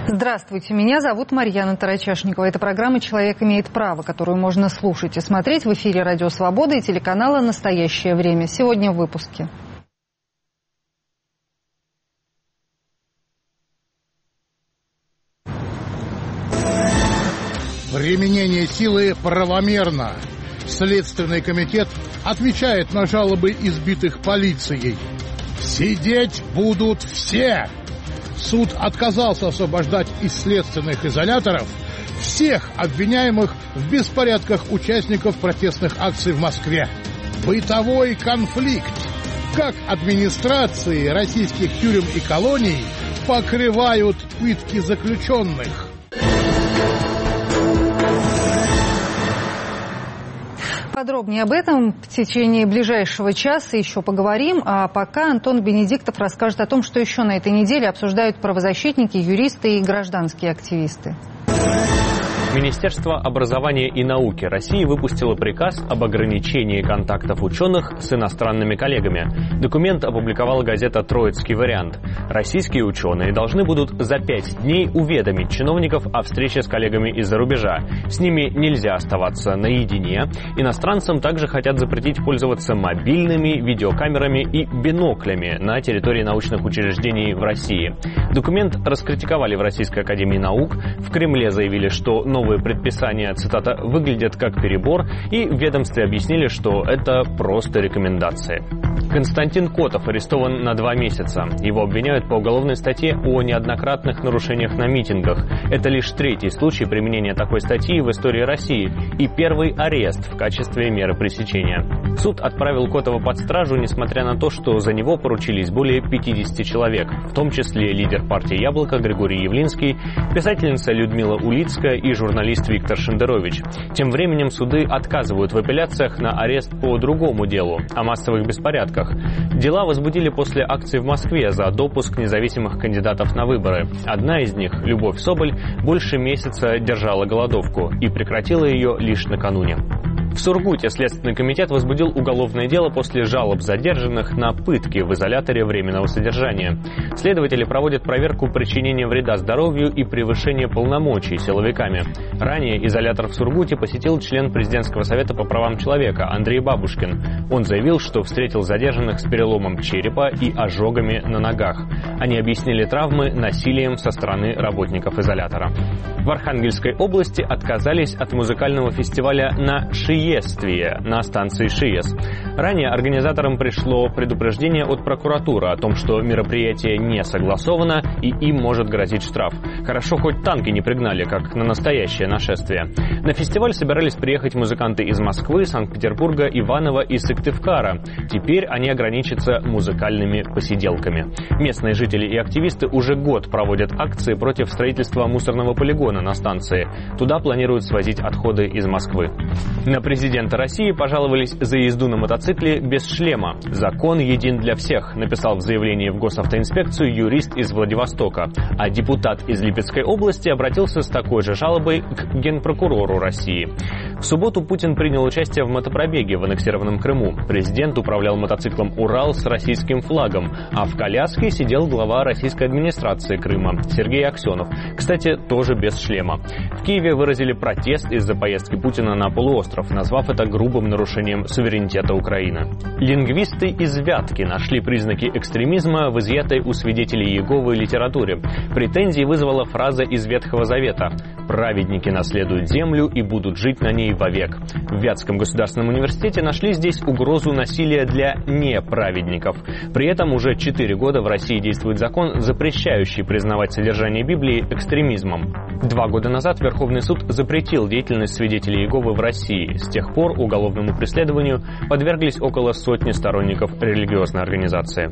Здравствуйте, меня зовут Марьяна Тарачашникова. Это программа «Человек имеет право», которую можно слушать и смотреть в эфире «Радио Свобода» и телеканала «Настоящее время». Сегодня в выпуске. Применение силы правомерно. Следственный комитет отвечает на жалобы избитых полицией. Сидеть будут все. Суд отказался освобождать из следственных изоляторов всех обвиняемых в беспорядках участников протестных акций в Москве. Бытовой конфликт. Как администрации российских тюрем и колоний покрывают пытки заключенных. Подробнее об этом в течение ближайшего часа еще поговорим. А пока Антон Бенедиктов расскажет о том, что еще на этой неделе обсуждают правозащитники, юристы и гражданские активисты. Министерство образования и науки России выпустило приказ об ограничении контактов ученых с иностранными коллегами. Документ опубликовала газета «Троицкий вариант». Российские ученые должны будут за 5 дней уведомить чиновников о встрече с коллегами из-за рубежа. С ними нельзя оставаться наедине. Иностранцам также хотят запретить пользоваться мобильными, видеокамерами и биноклями на территории научных учреждений в России. Документ раскритиковали в Российской академии наук. В Кремле заявили, что новые предписания, цитата, выглядят как перебор, и в ведомстве объяснили, что это просто рекомендации. Константин Котов арестован на 2 месяца. Его обвиняют по уголовной статье о неоднократных нарушениях на митингах. Это лишь 3-й случай применения такой статьи в истории России и 1-й арест в качестве меры пресечения. Суд отправил Котова под стражу, несмотря на то, что за него поручились более 50 человек, в том числе лидер партии «Яблоко» Григорий Явлинский, писательница Людмила Улицкая и журналист Виктор Шендерович. Тем временем суды отказывают в апелляциях на арест по другому делу – о массовых беспорядках. Дела возбудили после акций в Москве за допуск независимых кандидатов на выборы. Одна из них, Любовь Соболь, больше месяца держала голодовку и прекратила ее лишь накануне. В Сургуте Следственный комитет возбудил уголовное дело после жалоб задержанных на пытки в изоляторе временного содержания. Следователи проводят проверку причинения вреда здоровью и превышения полномочий силовиками. Ранее изолятор в Сургуте посетил член Президентского совета по правам человека Андрей Бабушкин. Он заявил, что встретил задержанных с переломом черепа и ожогами на ногах. Они объяснили травмы насилием со стороны работников изолятора. В Архангельской области отказались от музыкального фестиваля на Шиествие на станции Шиес. Ранее организаторам пришло предупреждение от прокуратуры о том, что мероприятие не согласовано и им может грозить штраф. Хорошо, хоть танки не пригнали, как на настоящее нашествие. На фестиваль собирались приехать музыканты из Москвы, Санкт-Петербурга, Иваново и Сыктывкара. Теперь они ограничатся музыкальными посиделками. Местные жители и активисты уже год проводят акции против строительства мусорного полигона на станции. Туда планируют свозить отходы из Москвы. На президента России пожаловались за езду на мотоцикле без шлема. «Закон един для всех», написал в заявлении в госавтоинспекцию юрист из Владивостока. А депутат из Липецкой области обратился с такой же жалобой к генпрокурору России. В субботу Путин принял участие в мотопробеге в аннексированном Крыму. Президент управлял мотоциклом «Урал» с российским флагом, а в коляске сидел глава российской администрации Крыма Сергей Аксенов. Кстати, тоже без шлема. В Киеве выразили протест из-за поездки Путина на полуостров, назвав это грубым нарушением суверенитета Украины. Лингвисты из Вятки нашли признаки экстремизма в изъятой у свидетелей Иеговы литературе. Претензии вызвала фраза из Ветхого Завета: «Праведники наследуют землю и будут жить на ней вовек». В Вятском государственном университете нашли здесь угрозу насилия для неправедников. При этом уже 4 года в России действует закон, запрещающий признавать содержание Библии экстремизмом. 2 года назад Верховный суд запретил деятельность свидетелей Иеговы в России. С тех пор уголовному преследованию подверглись около 100 сторонников религиозной организации.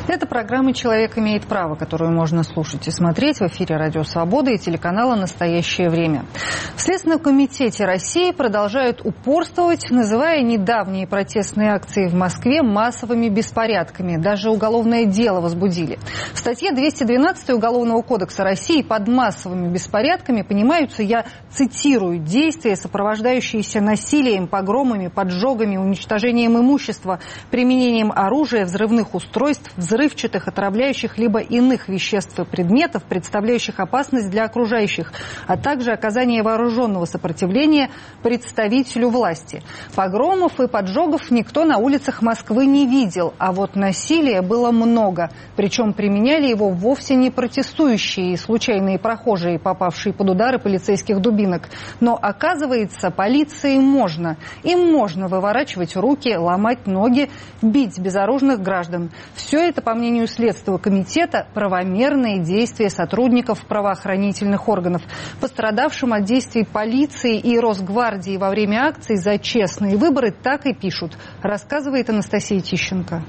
Это программа «Человек имеет право», которую можно слушать и смотреть в эфире «Радио Свобода» и телеканала «Настоящее время». В Следственном комитете России продолжают упорствовать, называя недавние протестные акции в Москве массовыми беспорядками. Даже уголовное дело возбудили. В статье 212 Уголовного кодекса России под массовыми беспорядками понимаются, я цитирую, действия, сопровождающиеся насилием, погромами, поджогами, уничтожением имущества, применением оружия, взрывных устройств, взрывчатых, отравляющих либо иных веществ и предметов, представляющих опасность для окружающих, а также оказание вооруженного сопротивления представителю власти. Погромов и поджогов никто на улицах Москвы не видел, а вот насилия было много. Причем применяли его вовсе не протестующие и случайные прохожие, попавшие под удары полицейских дубинок. Но, оказывается, полиции можно. Им можно выворачивать руки, ломать ноги, бить безоружных граждан. Все это, по мнению Следственного комитета, правомерные действия сотрудников правоохранительных органов. Пострадавшим от действий полиции и Росгвардии во время акций за честные выборы так и пишут, рассказывает Анастасия Тищенко.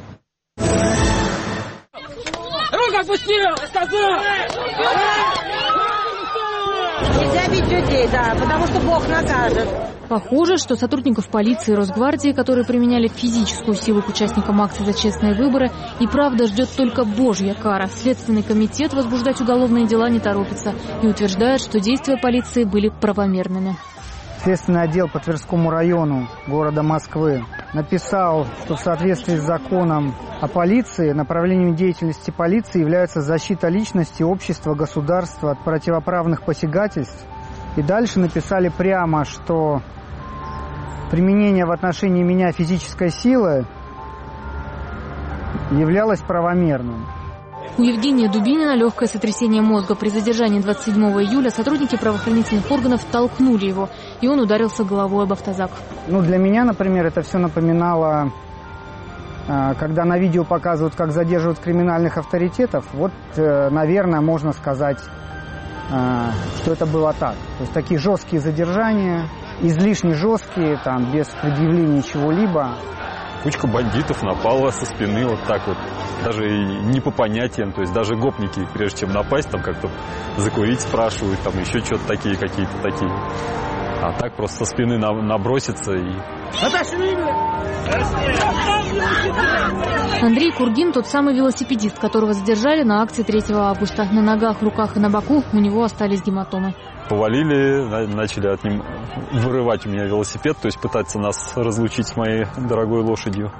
Руку опусти! Нельзя бить людей, да, потому что Бог накажет. Похоже, что сотрудников полиции и Росгвардии, которые применяли физическую силу к участникам акций за честные выборы, и правда ждет только божья кара. Следственный комитет возбуждать уголовные дела не торопится и утверждает, что действия полиции были правомерными. Следственный отдел по Тверскому району города Москвы написал, что в соответствии с законом о полиции направлением деятельности полиции является защита личности, общества, государства от противоправных посягательств. И дальше написали прямо, что применение в отношении меня физической силы являлось правомерным. У Евгения Дубинина легкое сотрясение мозга. При задержании 27 июля сотрудники правоохранительных органов толкнули его, и он ударился головой об автозак. Для меня, например, это все напоминало, когда на видео показывают, как задерживают криминальных авторитетов. Вот, наверное, можно сказать, что это было так. То есть такие жесткие задержания, излишне жесткие, там, без предъявления чего-либо. Кучка бандитов напала со спины вот так вот, даже не по понятиям, то есть даже гопники, прежде чем напасть, там как-то закурить спрашивают, там еще что-то такие какие-то такие. А так просто со спины наброситься и... Андрей Кургин – тот самый велосипедист, которого задержали на акции 3 августа. На ногах, руках и на боку у него остались гематомы. Повалили, начали от ним вырывать у меня велосипед, то есть пытаться нас разлучить с моей дорогой лошадью.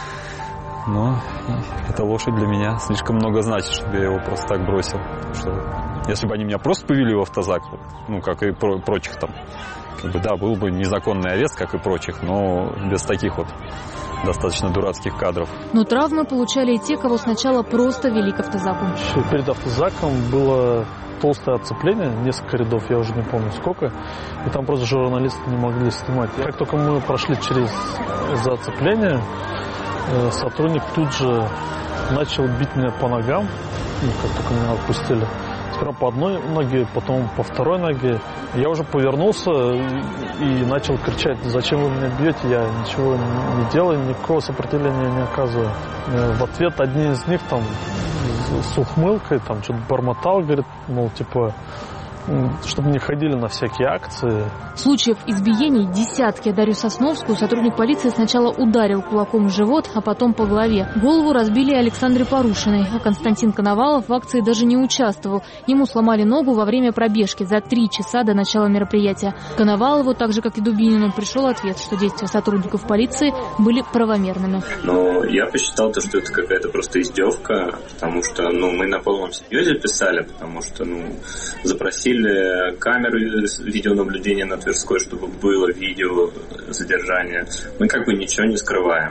Но эта лошадь для меня слишком много значит, чтобы я его просто так бросил. Что, если бы они меня просто повели в автозак, как и прочих там, да, был бы незаконный арест, как и прочих, но без таких вот достаточно дурацких кадров. Но травмы получали и те, кого сначала просто вели к автозаку. Перед автозаком было толстое оцепление, несколько рядов, я уже не помню сколько, и там просто журналисты не могли снимать. Как только мы прошли через оцепление, сотрудник тут же начал бить меня по ногам, как только меня отпустили. Сперва по одной ноге, потом по второй ноге. Я уже повернулся и начал кричать: зачем вы меня бьете? Я ничего не делаю, никакого сопротивления не оказываю. В ответ один из них там с ухмылкой там что-то бормотал, говорит, мол, типа, чтобы не ходили на всякие акции. Случаев избиений десятки. Дарью Сосновскую сотрудник полиции сначала ударил кулаком в живот, а потом по голове. Голову разбили Александре Порушиной, а Константин Коновалов в акции даже не участвовал. Ему сломали ногу во время пробежки за 3 часа до начала мероприятия. Коновалову, так же как и Дубинину, пришел ответ, что действия сотрудников полиции были правомерными. Но я посчитал, что это какая-то просто издевка, потому что мы на полном серьезе писали, потому что запросили камеры видеонаблюдения на Тверской, чтобы было видео задержания. Мы ничего не скрываем.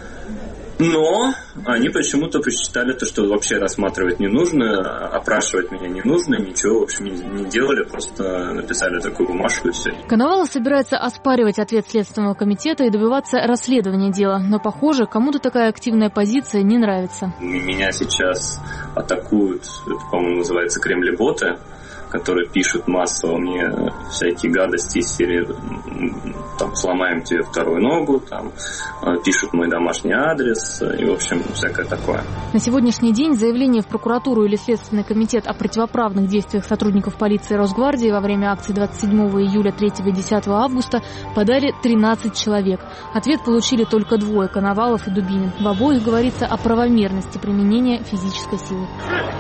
Но они почему-то посчитали что вообще рассматривать не нужно, опрашивать меня не нужно, ничего, в общем, не делали, просто написали такую бумажку и все. Коновалов собирается оспаривать ответ Следственного комитета и добиваться расследования дела. Но, похоже, кому-то такая активная позиция не нравится. Меня сейчас атакуют, это, по-моему, называется кремлеботы. которые пишут массово мне всякие гадости из серии там, сломаем тебе вторую ногу, там, пишут мой домашний адрес и, в общем, всякое такое. На сегодняшний день заявление в прокуратуру или Следственный комитет о противоправных действиях сотрудников полиции и Росгвардии во время акции 27 июля, 3 и 10 августа подали 13 человек. Ответ получили только двое – Коновалов и Дубинин. В обоих говорится о правомерности применения физической силы.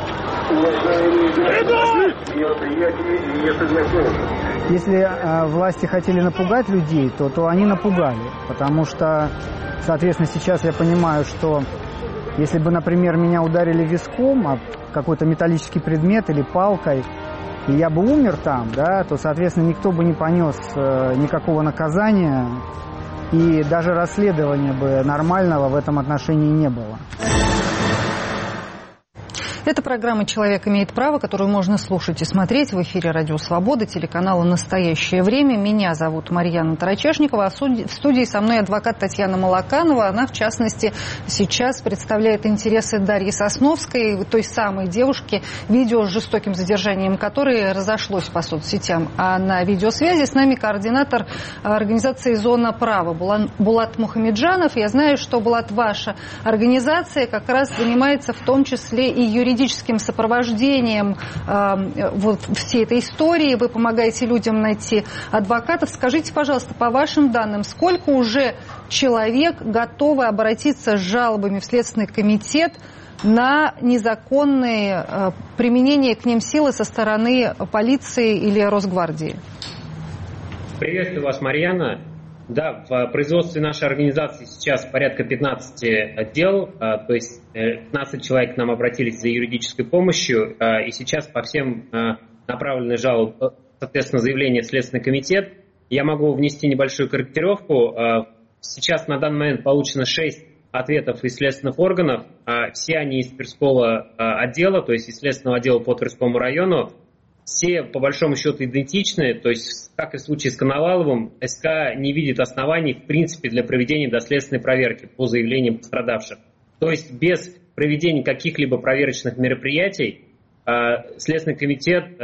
Если власти хотели напугать людей, то они напугали. Потому что, соответственно, сейчас я понимаю, что если бы, например, меня ударили виском об какой-то металлический предмет или палкой, и я бы умер там, да, то, соответственно, никто бы не понес никакого наказания, и даже расследования бы нормального в этом отношении не было. Это программа «Человек имеет право», которую можно слушать и смотреть в эфире «Радио Свобода», телеканала «Настоящее время». Меня зовут Марьяна Тарачешникова, а в студии со мной адвокат Татьяна Молоканова. Она, в частности, сейчас представляет интересы Дарьи Сосновской, той самой девушки, видео с жестоким задержанием которой разошлось по соцсетям. А на видеосвязи с нами координатор организации «Зона права» Булат Мухамеджанов. Я знаю, что, Булат, ваша организация как раз занимается в том числе и юридическим сопровождением вот всей этой истории. Вы помогаете людям найти адвокатов. Скажите, пожалуйста, по вашим данным, сколько уже человек готовы обратиться с жалобами в Следственный комитет на незаконное применение к ним силы со стороны полиции или Росгвардии? Приветствую вас, Марьяна. Да, в производстве нашей организации сейчас порядка 15 дел, то есть 15 человек к нам обратились за юридической помощью, и сейчас по всем направлены жалобы, соответственно, заявление в Следственный комитет. Я могу внести небольшую корректировку. Сейчас на данный момент получено 6 ответов из следственных органов, все они из Тверского отдела, то есть из Следственного отдела по Тверскому району. Все, по большому счету, идентичны, то есть, как и в случае с Коноваловым, СК не видит оснований, в принципе, для проведения доследственной проверки по заявлениям пострадавших. То есть, без проведения каких-либо проверочных мероприятий, Следственный комитет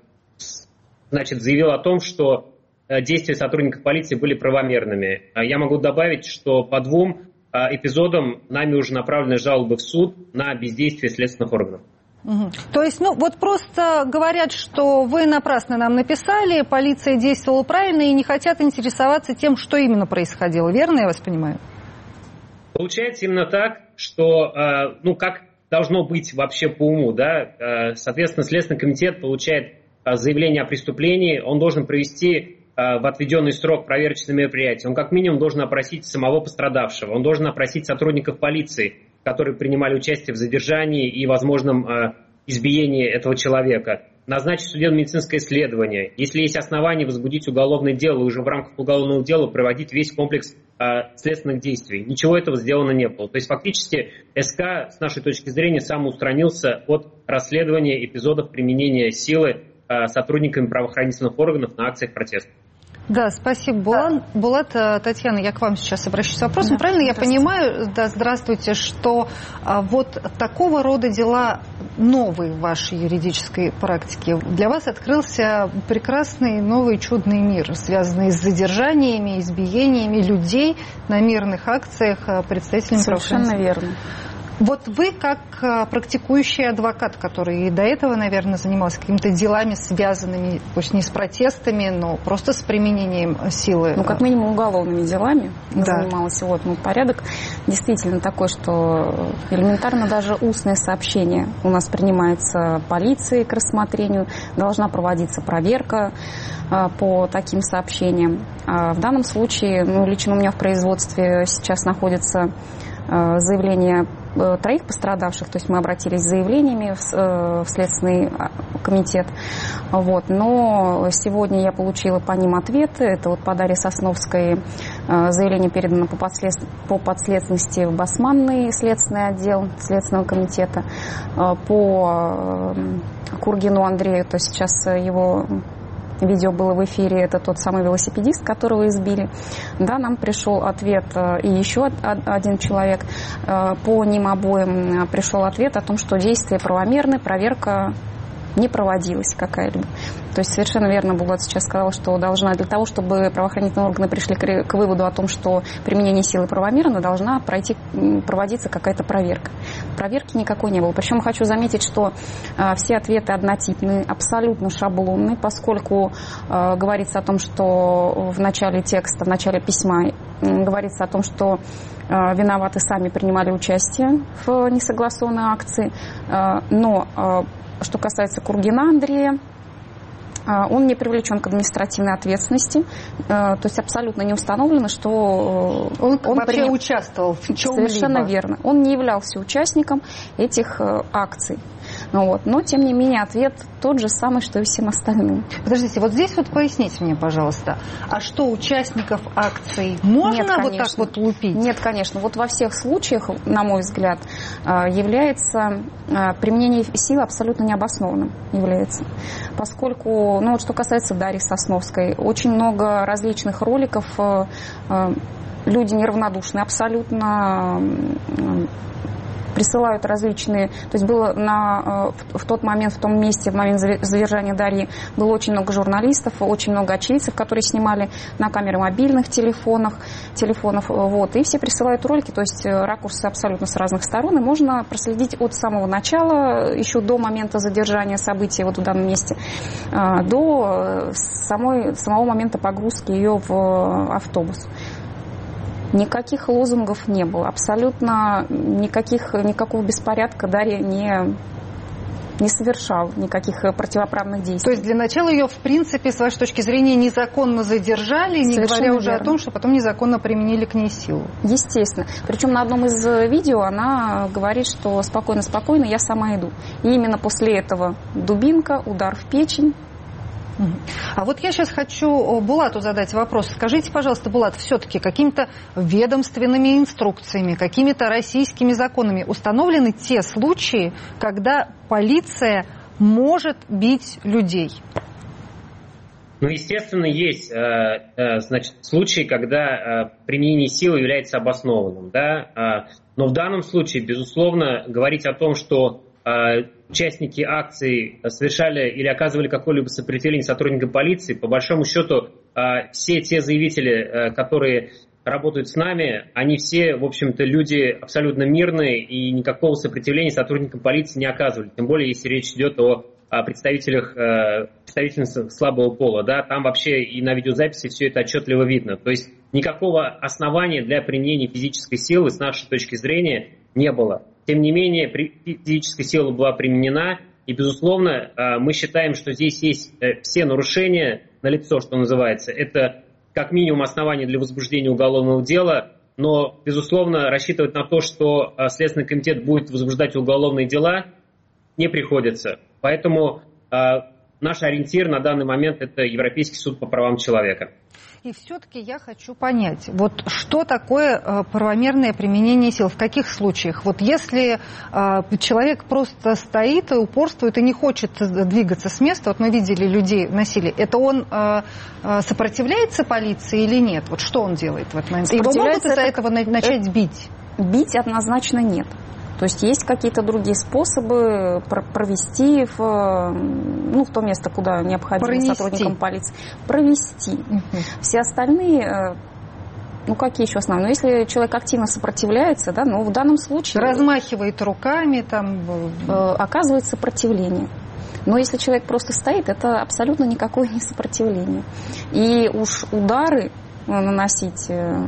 заявил о том, что действия сотрудников полиции были правомерными. Я могу добавить, что по 2 эпизодам нами уже направлены жалобы в суд на бездействие следственных органов. То есть, вот просто говорят, что вы напрасно нам написали, полиция действовала правильно и не хотят интересоваться тем, что именно происходило. Верно я вас понимаю? Получается именно так, что, как должно быть вообще по уму, да, соответственно, Следственный комитет получает заявление о преступлении, он должен провести в отведенный срок проверочные мероприятия. Он как минимум должен опросить самого пострадавшего, он должен опросить сотрудников полиции, которые принимали участие в задержании и возможном избиении этого человека, назначить судебно-медицинское исследование. Если есть основания возбудить уголовное дело, уже в рамках уголовного дела проводить весь комплекс следственных действий. Ничего этого сделано не было. То есть фактически СК, с нашей точки зрения, самоустранился от расследования эпизодов применения силы сотрудниками правоохранительных органов на акциях протеста. Да, спасибо, Булат. Татьяна, я к вам сейчас обращусь с вопросом. Да, правильно я понимаю, да, здравствуйте, что вот такого рода дела новые в вашей юридической практике. Для вас открылся прекрасный новый чудный мир, связанный с задержаниями, избиениями людей на мирных акциях представителями правоохранительных. Совершенно верно. Вот вы, как практикующий адвокат, который и до этого, наверное, занимался какими-то делами, связанными, пусть не с протестами, но просто с применением силы. Как минимум уголовными делами занималась. Порядок действительно такой, что элементарно даже устное сообщение у нас принимается полицией к рассмотрению, должна проводиться проверка по таким сообщениям. В данном случае, лично у меня в производстве сейчас находится заявление 3 пострадавших, то есть мы обратились с заявлениями в Следственный комитет. Но сегодня я получила по ним ответы. Это по Дарье Сосновской заявление передано по подследственности в Басманный следственный отдел Следственного комитета. По Кургину Андрею, то сейчас его видео было в эфире, это тот самый велосипедист, которого избили. Да, нам пришел ответ, и еще один человек. По ним обоим пришел ответ о том, что действия правомерны, проверка не проводилась какая-либо. То есть совершенно верно Булат сейчас сказал, что должна для того, чтобы правоохранительные органы пришли к выводу о том, что применение силы правомерно, должна проводиться какая-то проверка. Проверки никакой не было. Причем хочу заметить, что все ответы однотипные, абсолютно шаблонные, поскольку говорится о том, что в начале текста, в начале письма говорится о том, что виноваты сами принимали участие в несогласованной акции, но что касается Кургина Андрея, он не привлечен к административной ответственности, то есть абсолютно не установлено, что он вообще участвовал в чем-либо. Совершенно верно. Он не являлся участником этих акций. Но, тем не менее, ответ тот же самый, что и всем остальным. Подождите, вот здесь вот поясните мне, пожалуйста, а что, участников акций можно вот так вот лупить? Нет, конечно. Вот во всех случаях, на мой взгляд, является применение силы абсолютно необоснованным. Является. Поскольку, вот что касается Дарьи Сосновской, очень много различных роликов, люди неравнодушны абсолютно, присылают различные, то есть было в тот момент, в том месте, в момент задержания Дарьи, было очень много журналистов, очень много очевидцев, которые снимали на камеры мобильных телефонов, и все присылают ролики, то есть ракурсы абсолютно с разных сторон, и можно проследить от самого начала, еще до момента задержания события вот в данном месте, до самого момента погрузки ее в автобус. Никаких лозунгов не было, абсолютно никакого беспорядка Дарья не совершал, никаких противоправных действий. То есть для начала ее, в принципе, с вашей точки зрения, незаконно задержали, не говоря уже о том, что потом незаконно применили к ней силу. Естественно. Причем на одном из видео она говорит, что спокойно, я сама иду. И именно после этого дубинка, удар в печень. А вот я сейчас хочу Булату задать вопрос. Скажите, пожалуйста, Булат, все-таки какими-то ведомственными инструкциями, какими-то российскими законами установлены те случаи, когда полиция может бить людей? Естественно, есть случаи, когда применение силы является обоснованным. Да? Но в данном случае, безусловно, говорить о том, что участники акции совершали или оказывали какое-либо сопротивление сотрудникам полиции, по большому счету, все те заявители, которые работают с нами, они все, в общем-то, люди абсолютно мирные и никакого сопротивления сотрудникам полиции не оказывали. Тем более, если речь идет о представительницах слабого пола. Да, там вообще и на видеозаписи все это отчетливо видно. То есть никакого основания для применения физической силы с нашей точки зрения не было. Тем не менее, физическая сила была применена, и, безусловно, мы считаем, что здесь есть все нарушения налицо, что называется. Это как минимум основание для возбуждения уголовного дела, но, безусловно, рассчитывать на то, что Следственный комитет будет возбуждать уголовные дела, не приходится. Поэтому наш ориентир на данный момент – это Европейский суд по правам человека. И все-таки я хочу понять, вот что такое правомерное применение сил, в каких случаях? Вот если человек просто стоит и упорствует и не хочет двигаться с места, вот мы видели людей носили, это он сопротивляется полиции или нет? Вот что он делает в этот момент? Его могут из-за этого начать бить? Бить однозначно нет. То есть есть какие-то другие способы провести в то место, куда необходимо сотрудникам полиции. Провести. Все остальные, какие еще основные? Если человек активно сопротивляется, да, в данном случае... Размахивает руками, оказывает сопротивление. Но если человек просто стоит, это абсолютно никакое не сопротивление. И уж удары наносить...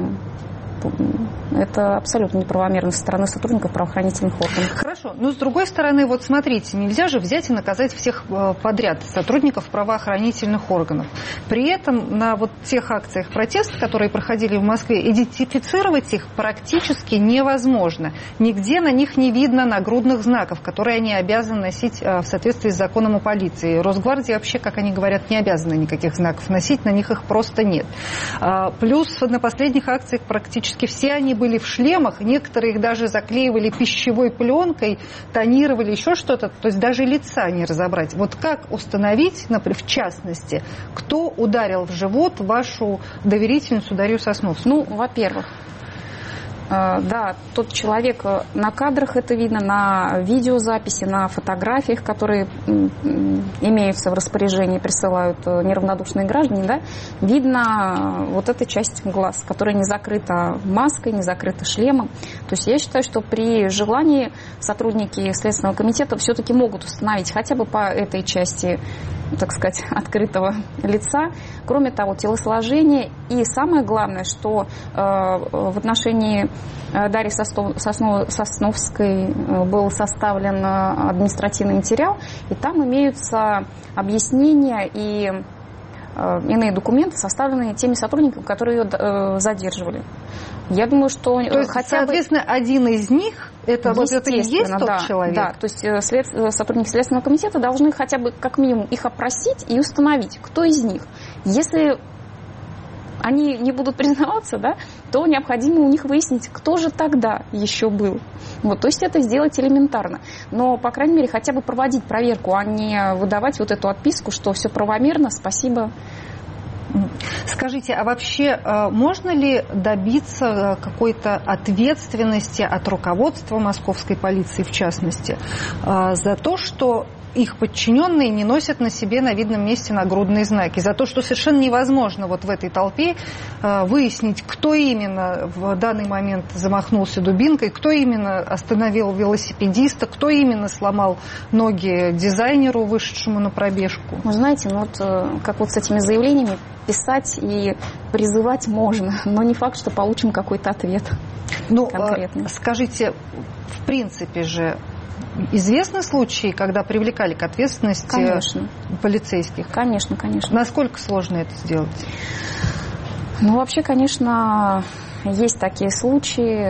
Это абсолютно неправомерно со стороны сотрудников правоохранительных органов. Хорошо, но с другой стороны, вот смотрите, нельзя же взять и наказать всех подряд сотрудников правоохранительных органов. При этом на вот тех акциях протеста, которые проходили в Москве, идентифицировать их практически невозможно. Нигде на них не видно нагрудных знаков, которые они обязаны носить в соответствии с законом о полиции. Росгвардия вообще, как они говорят, не обязана никаких знаков носить, на них их просто нет. Плюс на последних акциях практически все они были в шлемах, некоторые их даже заклеивали пищевой пленкой, тонировали еще что-то, то есть даже лица не разобрать. Вот как установить, например, в частности, кто ударил в живот вашу доверительницу Дарью Сосновскую? Во-первых, Да, тот человек, на кадрах это видно, на видеозаписи, на фотографиях, которые имеются в распоряжении, присылают неравнодушные граждане, да, видно вот эта часть глаз, которая не закрыта маской, не закрыта шлемом. То есть я считаю, что при желании сотрудники Следственного комитета все-таки могут установить хотя бы по этой части, так сказать, открытого лица. Кроме того, телосложение. И самое главное, что в отношении Дарьи Сосновской был составлен административный материал, и там имеются объяснения и иные документы, составленные теми сотрудниками, которые ее задерживали. Я думаю, что то есть, соответственно, один из них это вот это и есть тот человек. Да, то есть сотрудники Следственного комитета должны хотя бы как минимум их опросить и установить, кто из них. Если они не будут признаваться, да, то необходимо у них выяснить, кто же тогда еще был. Вот, то есть это сделать элементарно. Но, по крайней мере, хотя бы проводить проверку, а не выдавать вот эту отписку, что все правомерно, спасибо. Скажите, а вообще можно ли добиться какой-то ответственности от руководства московской полиции, в частности, за то, что их подчиненные не носят на себе на видном месте нагрудные знаки, за то, что совершенно невозможно вот в этой толпе выяснить, кто именно в данный момент замахнулся дубинкой, кто именно остановил велосипедиста, кто именно сломал ноги дизайнеру, вышедшему на пробежку? Вы знаете, ну вот как вот с этими заявлениями писать и призывать можно, но не факт, что получим какой-то ответ конкретный. Скажите, в принципе же, известны случаи, когда привлекали к ответственности полицейских? Конечно, конечно. Насколько сложно это сделать? Ну, вообще, конечно, есть такие случаи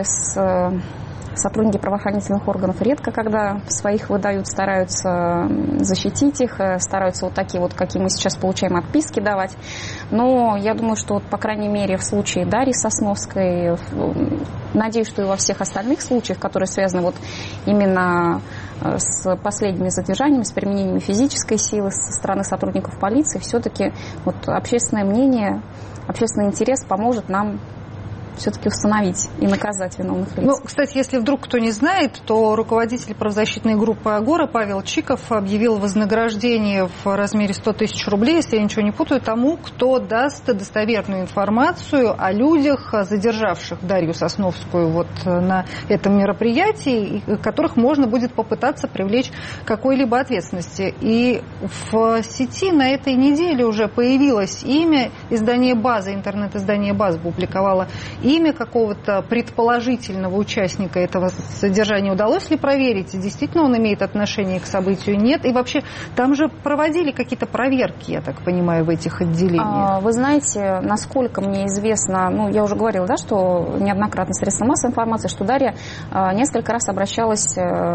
сотрудники правоохранительных органов редко, когда своих выдают, стараются защитить их, стараются вот такие вот, какие мы сейчас получаем, отписки давать. Но я думаю, что, вот, по крайней мере, в случае Дарьи Сосновской, надеюсь, что и во всех остальных случаях, которые связаны вот именно с последними задержаниями, с применением физической силы со стороны сотрудников полиции, все-таки вот общественное мнение, общественный интерес поможет нам все-таки установить и наказать виновных лиц. Ну, кстати, если вдруг кто не знает, то руководитель правозащитной группы «Агора» Павел Чиков объявил вознаграждение в размере 100 тысяч рублей, если я ничего не путаю, тому, кто даст достоверную информацию о людях, задержавших Дарью Сосновскую вот на этом мероприятии, и которых можно будет попытаться привлечь к какой-либо ответственности. И в сети на этой неделе уже появилось имя, издание «База», интернет-издание «База» публиковало имя какого-то предположительного участника этого содержания. Удалось ли проверить, действительно он имеет отношение к событию, нет? И вообще, там же проводили какие-то проверки, я так понимаю, в этих отделениях. Вы знаете, насколько мне известно, ну, я уже говорила, да, что неоднократно средства массовой информации, что Дарья несколько раз обращалась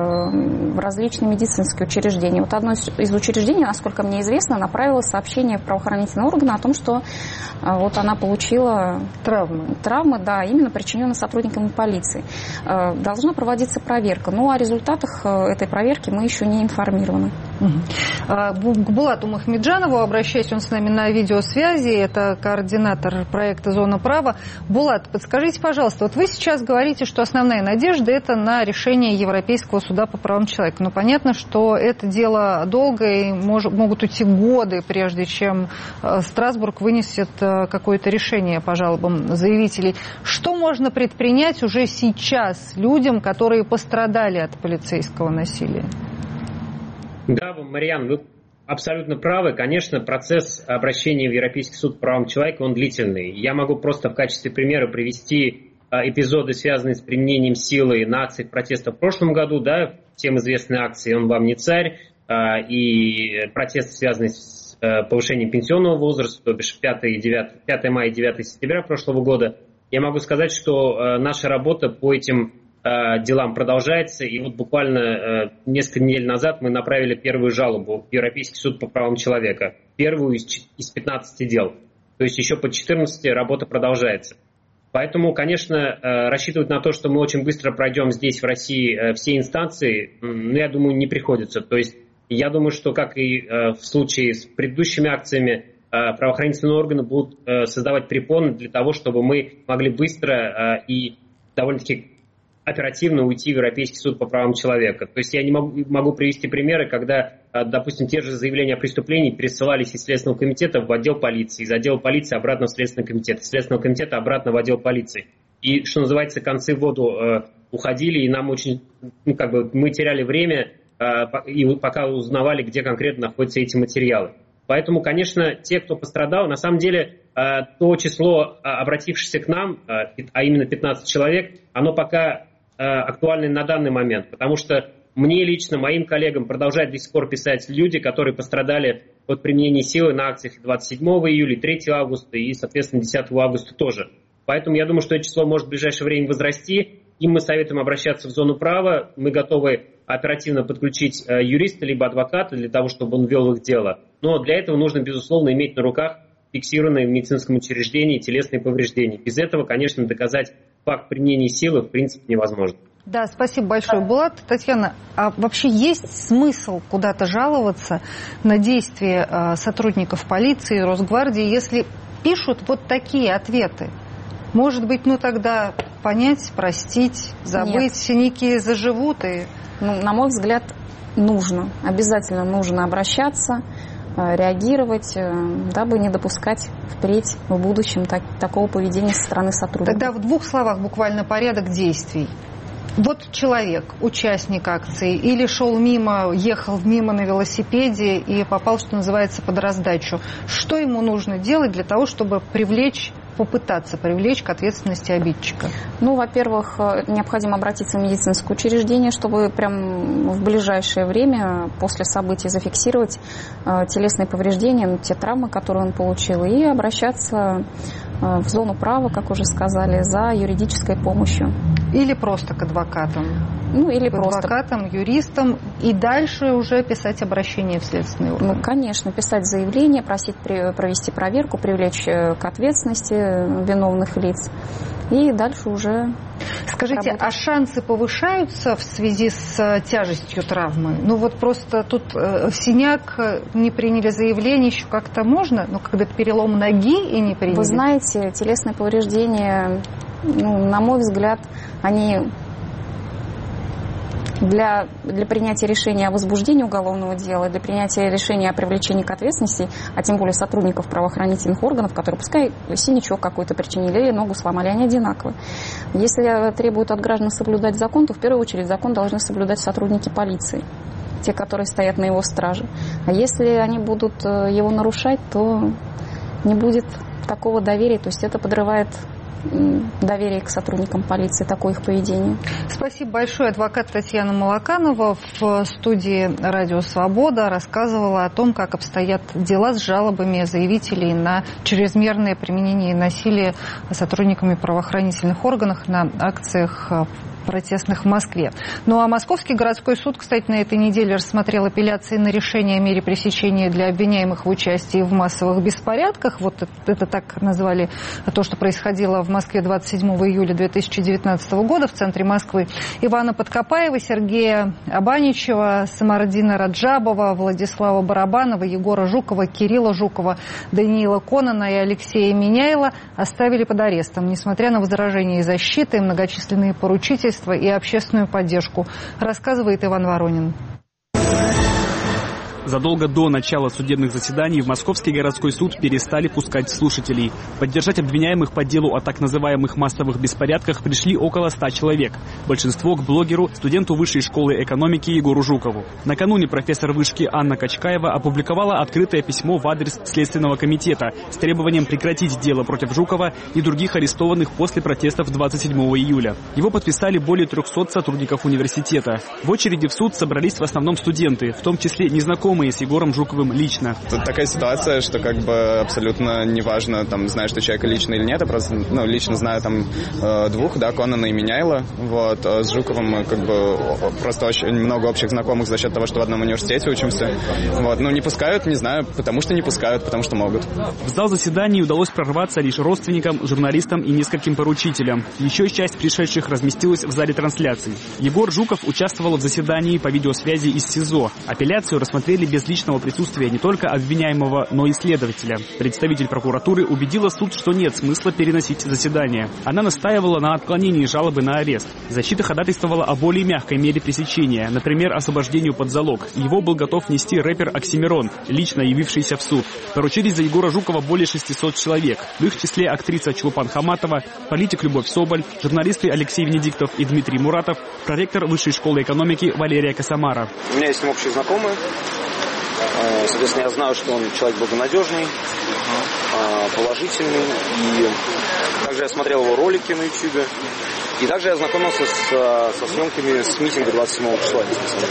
в различные медицинские учреждения. Вот одно из учреждений, насколько мне известно, направило сообщение в правоохранительные органы о том, что вот она получила травмы, да, именно причиненные сотрудниками полиции. Должна проводиться проверка. Ну, о результатах этой проверки мы еще не информированы. К Булату Махмеджанову обращаюсь, он с нами на видеосвязи, это координатор проекта «Зона права». Булат, подскажите, пожалуйста, вот вы сейчас говорите, что основная надежда – это на решение Европейского суда по правам человека. Но понятно, что это дело долгое, и могут уйти годы, прежде чем Страсбург вынесет какое-то решение по жалобам заявителей. Что можно предпринять уже сейчас людям, которые пострадали от полицейского насилия? Да, Марьян, вы абсолютно правы. Конечно, процесс обращения в Европейский суд по правам человека, он длительный. Я могу просто в качестве примера привести эпизоды, связанные с применением силы на акциях протеста в прошлом году, да, всем известные акции «Он вам не царь», и протесты, связанные с повышением пенсионного возраста, то бишь 5 мая и 9 сентября прошлого года. Я могу сказать, что наша работа по этим делам продолжается, и вот буквально несколько недель назад мы направили первую жалобу в Европейский суд по правам человека, первую из 15 дел. То есть еще по 14 работа продолжается. Поэтому, конечно, рассчитывать на то, что мы очень быстро пройдем здесь, в России, все инстанции, я думаю, не приходится. То есть я думаю, что, как и в случае с предыдущими акциями, правоохранительные органы будут создавать препоны для того, чтобы мы могли быстро и довольно-таки оперативно уйти в Европейский суд по правам человека. То есть я не могу привести примеры, когда, допустим, те же заявления о преступлении пересылались из Следственного комитета в отдел полиции, из отдела полиции обратно в Следственный комитет, из Следственного комитета обратно в отдел полиции. И, что называется, концы в воду уходили, и нам очень, мы теряли время, и пока узнавали, где конкретно находятся эти материалы. Поэтому, конечно, те, кто пострадал, на самом деле, то число обратившихся к нам, а именно 15 человек, оно пока актуально на данный момент, потому что мне лично, моим коллегам продолжают до сих пор писать люди, которые пострадали от применения силы на акциях 27 июля, 3 августа и, соответственно, 10 августа тоже. Поэтому я думаю, что это число может в ближайшее время возрасти. Им мы советуем обращаться в зону права. Мы готовы оперативно подключить юриста либо адвоката для того, чтобы он вел их дело. Но для этого нужно, безусловно, иметь на руках фиксированные в медицинском учреждении телесные повреждения. Без этого, конечно, доказать факт применения силы в принципе невозможно. Да, спасибо большое, Булат. Татьяна, а вообще есть смысл куда-то жаловаться на действия сотрудников полиции, Росгвардии, если пишут вот такие ответы? Может быть, тогда понять, простить, забыть, нет, синяки заживут и... На мой взгляд, нужно, обязательно нужно обращаться, реагировать, дабы не допускать впредь в будущем такого поведения со стороны сотрудников. Тогда в 2 словах буквально порядок действий. Вот человек, участник акции, или шел мимо, ехал мимо на велосипеде и попал, что называется, под раздачу. Что ему нужно делать для того, чтобы попытаться привлечь к ответственности обидчика? Во-первых, необходимо обратиться в медицинское учреждение, чтобы прям в ближайшее время после событий зафиксировать телесные повреждения, те травмы, которые он получил, и обращаться в зону права, как уже сказали, за юридической помощью. Или просто к адвокатам. Или к адвокатам, юристам, и дальше уже писать обращение в следственный орган. Конечно, писать заявление, просить провести проверку, привлечь к ответственности виновных лиц. И дальше уже... Скажите, работать. А шансы повышаются в связи с тяжестью травмы? Просто тут синяк, не приняли заявление, еще как-то можно, но когда перелом ноги и не приняли... Вы знаете, телесные повреждения, на мой взгляд, они... Для принятия решения о возбуждении уголовного дела, для принятия решения о привлечении к ответственности, а тем более сотрудников правоохранительных органов, которые, пускай синячок какой-то причинили или ногу сломали, они одинаковы. Если требуют от граждан соблюдать закон, то в первую очередь закон должны соблюдать сотрудники полиции, те, которые стоят на его страже. А если они будут его нарушать, то не будет такого доверия, то есть это подрывает доверие к сотрудникам полиции, такое их поведение. Спасибо большое. Адвокат Татьяна Молоканова в студии «Радио Свобода» рассказывала о том, как обстоят дела с жалобами заявителей на чрезмерное применение насилия сотрудниками правоохранительных органов на акциях протестных в Москве. А Московский городской суд, кстати, на этой неделе рассмотрел апелляции на решение о мере пресечения для обвиняемых в участии в массовых беспорядках. Вот это так назвали то, что происходило в Москве 27 июля 2019 года в центре Москвы. Ивана Подкопаева, Сергея Абаничева, Самардина Раджабова, Владислава Барабанова, Егора Жукова, Кирилла Жукова, Даниила Конона и Алексея Меняйла оставили под арестом, несмотря на возражения и защиты, многочисленные поручительства и общественную поддержку, рассказывает Иван Воронин. Задолго до начала судебных заседаний в Московский городской суд перестали пускать слушателей. Поддержать обвиняемых по делу о так называемых массовых беспорядках пришли около 100 человек. Большинство к блогеру, студенту Высшей школы экономики Егору Жукову. Накануне профессор вышки Анна Качкаева опубликовала открытое письмо в адрес Следственного комитета с требованием прекратить дело против Жукова и других арестованных после протестов 27 июля. Его подписали более 300 сотрудников университета. В очереди в суд собрались в основном студенты, в том числе незнакомые с Егором Жуковым лично. Тут такая ситуация, что абсолютно неважно, знаешь ты человека лично или нет, я просто лично знаю двух, Конона и Меняйла. С Жуковым мы просто очень много общих знакомых за счет того, что в одном университете учимся. Не пускают, не знаю, потому что не пускают, потому что могут. В зал заседаний удалось прорваться лишь родственникам, журналистам и нескольким поручителям. Еще часть пришедших разместилась в зале трансляций. Егор Жуков участвовал в заседании по видеосвязи из СИЗО. Апелляцию рассмотрели проходили без личного присутствия не только обвиняемого, но и следователя. Представитель прокуратуры убедила суд, что нет смысла переносить заседание. Она настаивала на отклонении жалобы на арест. Защита ходатайствовала о более мягкой мере пресечения, например, освобождению под залог. Его был готов нести рэпер Оксимирон, лично явившийся в суд. Поручились за Егора Жукова более 600 человек. В их числе актриса Чулпан Хаматова, политик Любовь Соболь, журналисты Алексей Венедиктов и Дмитрий Муратов, проректор Высшей школы экономики Валерия Косомара. У меня есть с ним общие знакомые. Соответственно, я знаю, что он человек благонадежный, положительный. И также я смотрел его ролики на YouTube. И также я ознакомился со съемками с митинга 27 числа.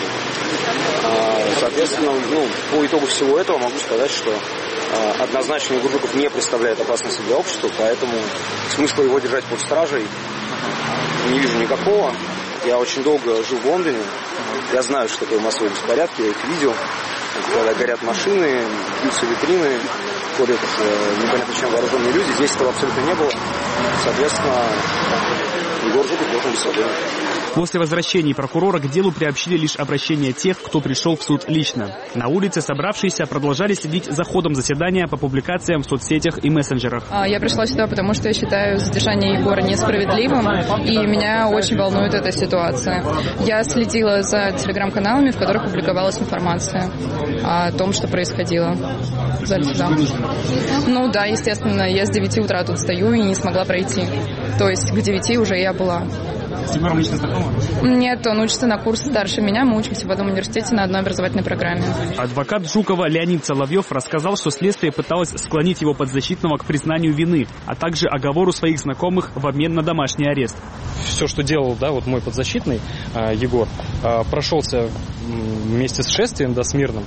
Соответственно, по итогу всего этого могу сказать, что однозначно Егор Жуков не представляет опасности для общества, поэтому смысла его держать под стражей не вижу никакого. Я очень долго жил в Лондоне. Я знаю, что такое массовые беспорядки, я их видел. Когда горят машины, бьются витрины, ходят непонятно чем вооруженные люди. Здесь этого абсолютно не было. Соответственно, Егор Жуков должен быть свободен. После возвращения прокурора к делу приобщили лишь обращения тех, кто пришел в суд лично. На улице собравшиеся продолжали следить за ходом заседания по публикациям в соцсетях и мессенджерах. Я пришла сюда, потому что я считаю задержание Егора несправедливым, и меня очень волнует эта ситуация. Я следила за телеграм-каналами, в которых публиковалась информация о том, что происходило в зале суда. Ну да, естественно, я с 9 утра тут стою и не смогла пройти. То есть к 9 уже я была. С Егором лично знакома? Нет, он учится на курс старше меня, мы учимся в одном университете на одной образовательной программе. Адвокат Жукова Леонид Соловьев рассказал, что следствие пыталось склонить его подзащитного к признанию вины, а также оговору своих знакомых в обмен на домашний арест. Все, что делал, мой подзащитный Егор, прошелся вместе с шествием смирным,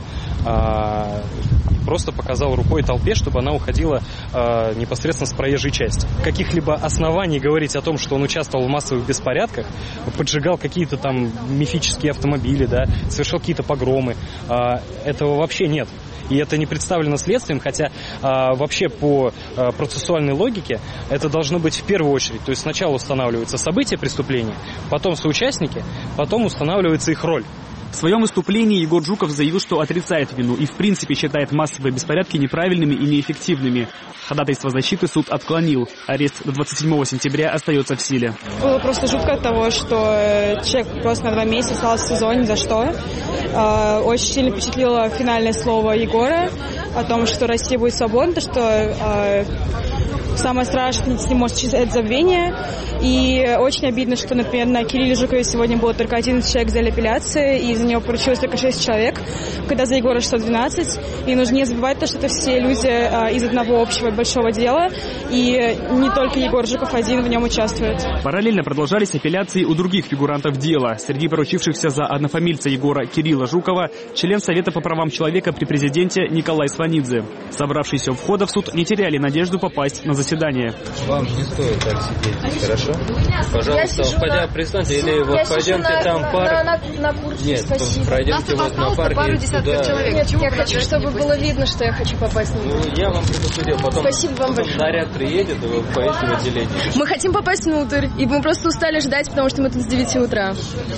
просто показал рукой толпе, чтобы она уходила непосредственно с проезжей части. Каких-либо оснований говорить о том, что он участвовал в массовых беспорядках, поджигал какие-то там мифические автомобили, совершал какие-то погромы, этого вообще нет. И это не представлено следствием, хотя вообще по процессуальной логике это должно быть в первую очередь. То есть сначала устанавливаются события преступления, потом соучастники, потом устанавливается их роль. В своем выступлении Егор Жуков заявил, что отрицает вину и в принципе считает массовые беспорядки неправильными и неэффективными. Ходатайство защиты суд отклонил. Арест до 27 сентября остается в силе. Было просто жутко от того, что человек просто на 2 месяца остался в СИЗО ни за что. Очень сильно впечатлило финальное слово Егора о том, что Россия будет свободна, что самое страшное с ним может случиться это забвение. И очень обидно, что, например, на Кирилле Жукове сегодня было только 11 человек взяли апелляции, и за него поручилось только 6 человек, когда за Егора 612. И нужно не забывать то, что это все люди из одного общего большого дела, и не только Егор Жуков один в нем участвует. Параллельно продолжались апелляции у других фигурантов дела. Среди поручившихся за однофамильца Егора Кирилла Жукова член Совета по правам человека при президенте Николай Сванидзе. Собравшиеся у входа в суд не теряли надежду попасть на заседание. Вам не стоит так сидеть, хорошо? Пожалуйста, входя, признайте, или вот пойдемте там парк. На курс, нет, спасибо. Пройдемте вот на парке. Пару десятков человек. Нет, я хочу, чтобы было видно, что я хочу попасть на Ну, я вам предупредил. Потом, спасибо вам большое. Наряд приедет, и вы поедете в отделение. Мы хотим попасть внутрь, и мы просто устали ждать, потому что мы тут с 9 утра.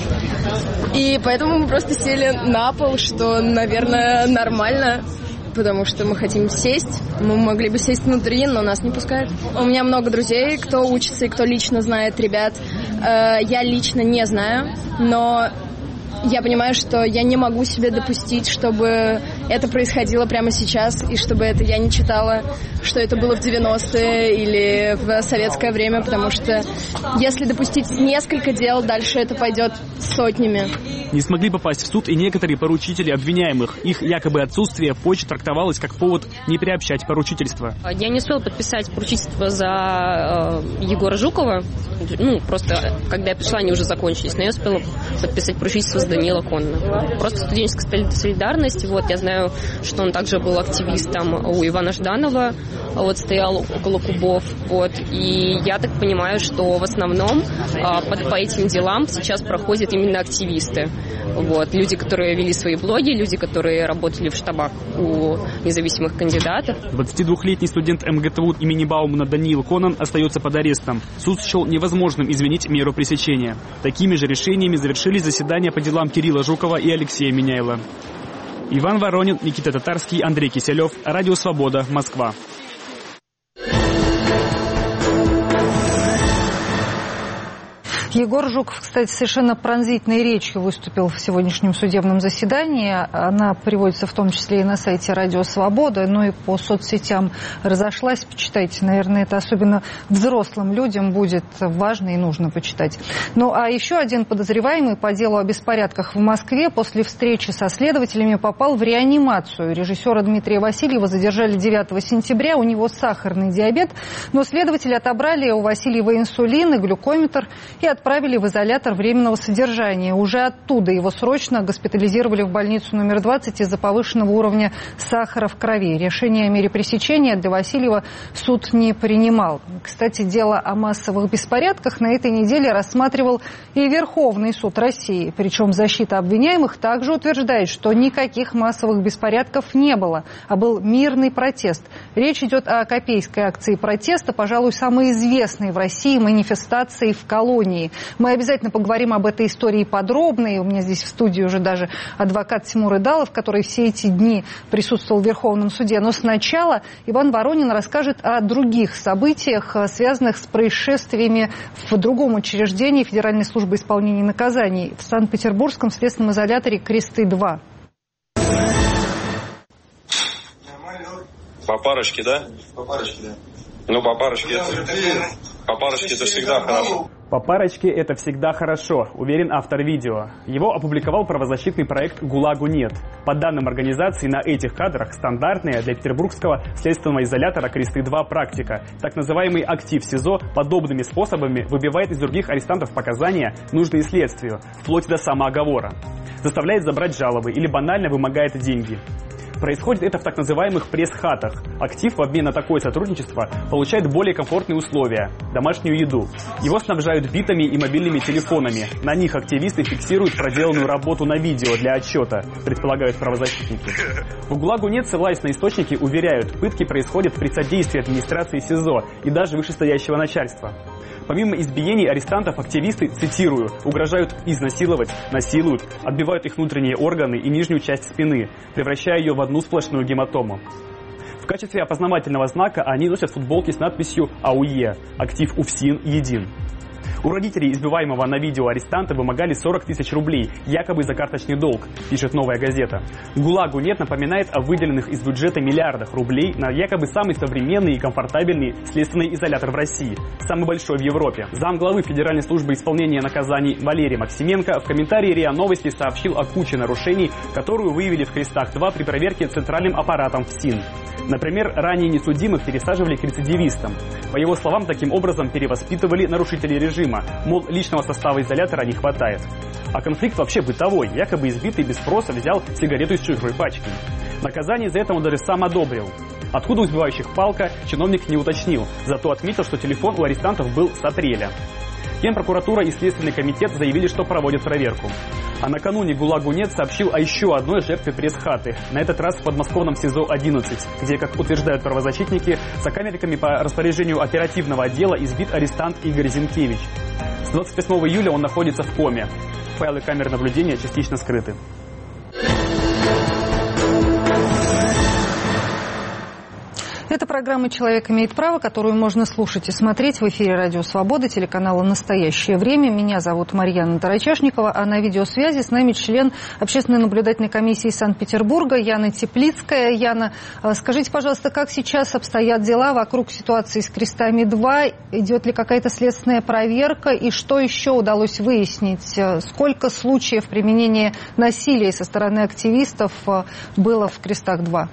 И поэтому мы просто сели на пол, что, наверное, нормально. Потому что мы хотим сесть. Мы могли бы сесть внутри, но нас не пускают. У меня много друзей, кто учится и кто лично знает ребят. Я лично не знаю, но я понимаю, что я не могу себе допустить, чтобы это происходило прямо сейчас, и чтобы это я не читала, что это было в 90-е или в советское время, потому что если допустить несколько дел, дальше это пойдет сотнями. Не смогли попасть в суд и некоторые поручители обвиняемых. Их якобы отсутствие позже трактовалось как повод не приобщать поручительство. Я не успела подписать поручительство за Егора Жукова. Просто когда я пришла, они уже закончились. Но я успела подписать поручительство за Даниила Конна. Просто студенческая солидарность. Я знаю, что он также был активистом у Ивана Жданова. Стоял около кубов. И я так понимаю, что в основном по этим делам сейчас проходят именно активисты. Люди, которые вели свои блоги, люди, которые работали в штабах у независимых кандидатов. 22-летний студент МГТУ имени Баумана Даниил Конан остается под арестом. Суд счел невозможным изменить меру пресечения. Такими же решениями завершились заседания по делам Кирилла Жукова и Алексея Меняйла. Иван Воронин, Никита Татарский, Андрей Киселев. Радио «Свобода», Москва. Егор Жуков, кстати, совершенно пронзительной речью выступил в сегодняшнем судебном заседании. Она приводится в том числе и на сайте «Радио Свобода», но и по соцсетям разошлась. Почитайте, наверное, это особенно взрослым людям будет важно и нужно почитать. Ну, а еще один подозреваемый по делу о беспорядках в Москве после встречи со следователями попал в реанимацию. Режиссера Дмитрия Васильева задержали 9 сентября, у него сахарный диабет, но следователи отобрали у Васильева инсулин и глюкометр и отправили в изолятор временного содержания. Уже оттуда его срочно госпитализировали в больницу номер 20 из-за повышенного уровня сахара в крови. Решение о мере пресечения для Васильева суд не принимал. Кстати, дело о массовых беспорядках на этой неделе рассматривал и Верховный суд России. Причем защита обвиняемых также утверждает, что никаких массовых беспорядков не было, а был мирный протест. Речь идет о копейской акции протеста, пожалуй, самой известной в России манифестации в колонии. Мы обязательно поговорим об этой истории подробно. И у меня здесь в студии уже даже адвокат Тимур Идалов, который все эти дни присутствовал в Верховном суде. Но сначала Иван Воронин расскажет о других событиях, связанных с происшествиями в другом учреждении Федеральной службы исполнения наказаний в Санкт-Петербургском следственном изоляторе «Кресты-2». По парочке, да? По парочке, да. Ну, по парочке это всегда хорошо. По парочке это всегда хорошо, уверен автор видео. Его опубликовал правозащитный проект «ГУЛАГу нет». По данным организации, на этих кадрах стандартная для петербургского следственного изолятора «Кресты-2» практика. Так называемый актив СИЗО подобными способами выбивает из других арестантов показания, нужные следствию, вплоть до самооговора. Заставляет забрать жалобы или банально вымогает деньги. Происходит это в так называемых пресс-хатах. Актив в обмен на такое сотрудничество получает более комфортные условия – домашнюю еду. Его снабжают битами и мобильными телефонами. На них активисты фиксируют проделанную работу на видео для отчета, предполагают правозащитники. В ГУЛАГу нет, ссылаясь на источники, уверяют, пытки происходят при содействии администрации СИЗО и даже вышестоящего начальства. Помимо избиений арестантов, активисты, цитирую, угрожают изнасиловать, насилуют, отбивают их внутренние органы и нижнюю часть спины, превращая ее в одну сплошную гематому. В качестве опознавательного знака они носят футболки с надписью «АУЕ» – «Актив УФСИН един». У родителей избиваемого на видео арестанта вымогали 40 тысяч рублей, якобы за карточный долг, пишет «Новая газета». ГУЛАГу нет напоминает о выделенных из бюджета миллиардах рублей на якобы самый современный и комфортабельный следственный изолятор в России, самый большой в Европе. Замглавы Федеральной службы исполнения наказаний Валерий Максименко в комментарии РИА Новости сообщил о куче нарушений, которую выявили в «Крестах-2» при проверке центральным аппаратом ФСИН. Например, ранее несудимых пересаживали к рецидивистам. По его словам, таким образом перевоспитывали нарушителей режима, мол, личного состава изолятора не хватает. А конфликт вообще бытовой, якобы избитый без спроса взял сигарету из чужой пачки. Наказание за это он даже сам одобрил. Откуда у избивающих палка, чиновник не уточнил, зато отметил, что телефон у арестантов был с апреля. Генпрокуратура и Следственный комитет заявили, что проводят проверку. А накануне ГУЛАГу нет сообщил о еще одной жертве пресс-хаты, на этот раз в подмосковном СИЗО-11, где, как утверждают правозащитники, сокамерниками по распоряжению оперативного отдела избит арестант Игорь Зинкевич. С 28 июля он находится в коме. Файлы камер наблюдения частично скрыты. Это программа «Человек имеет право», которую можно слушать и смотреть в эфире «Радио Свобода», телеканала «Настоящее время». Меня зовут Марьяна Тарачашникова, а на видеосвязи с нами член Общественной наблюдательной комиссии Санкт-Петербурга Яна Теплицкая. Яна, скажите, пожалуйста, как сейчас обстоят дела вокруг ситуации с «Крестами-2»? Идет ли какая-то следственная проверка? И что еще удалось выяснить? Сколько случаев применения насилия со стороны активистов было в «Крестах-2»?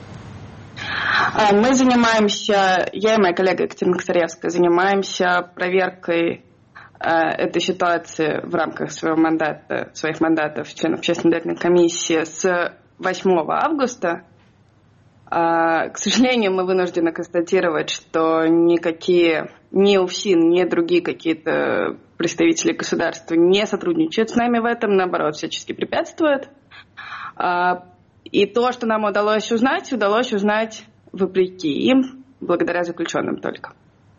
Мы занимаемся, я и моя коллега Екатерина Косаревская, занимаемся проверкой этой ситуации в рамках своих мандатов членов Общественной наблюдательной комиссии с 8 августа. К сожалению, мы вынуждены констатировать, что никакие, ни УФСИН, ни другие какие-то представители государства не сотрудничают с нами в этом, наоборот, всячески препятствуют. И то, что нам удалось узнать вопреки им, благодаря заключенным только.